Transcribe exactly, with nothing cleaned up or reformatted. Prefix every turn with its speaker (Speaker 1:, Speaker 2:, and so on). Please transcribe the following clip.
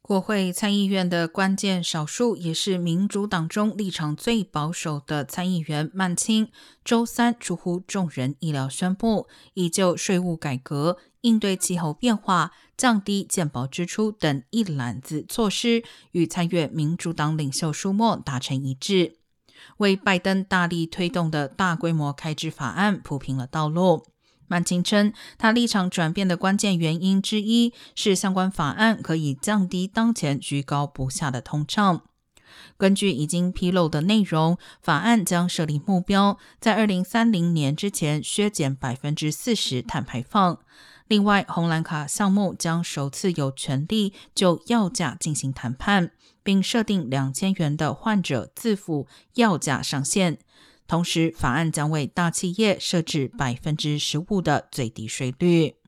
Speaker 1: 国会参议院的关键少数，也是民主党中立场最保守的参议员曼青，周三出乎众人意料宣布，已就税务改革、应对气候变化、降低健保支出等一揽子措施，与参院民主党领袖舒默达成一致，为拜登大力推动的大规模开支法案铺平了道路。曼青称，他立场转变的关键原因之一是相关法案可以降低当前居高不下的通胀。根据已经披露的内容，法案将设立目标，在二零三零年之前削减 百分之四十 碳排放。另外，红蓝卡项目将首次有权利就药价进行谈判，并设定两千元的患者自付药价上限。同时，法案将为大企业设置 百分之十五 的最低税率。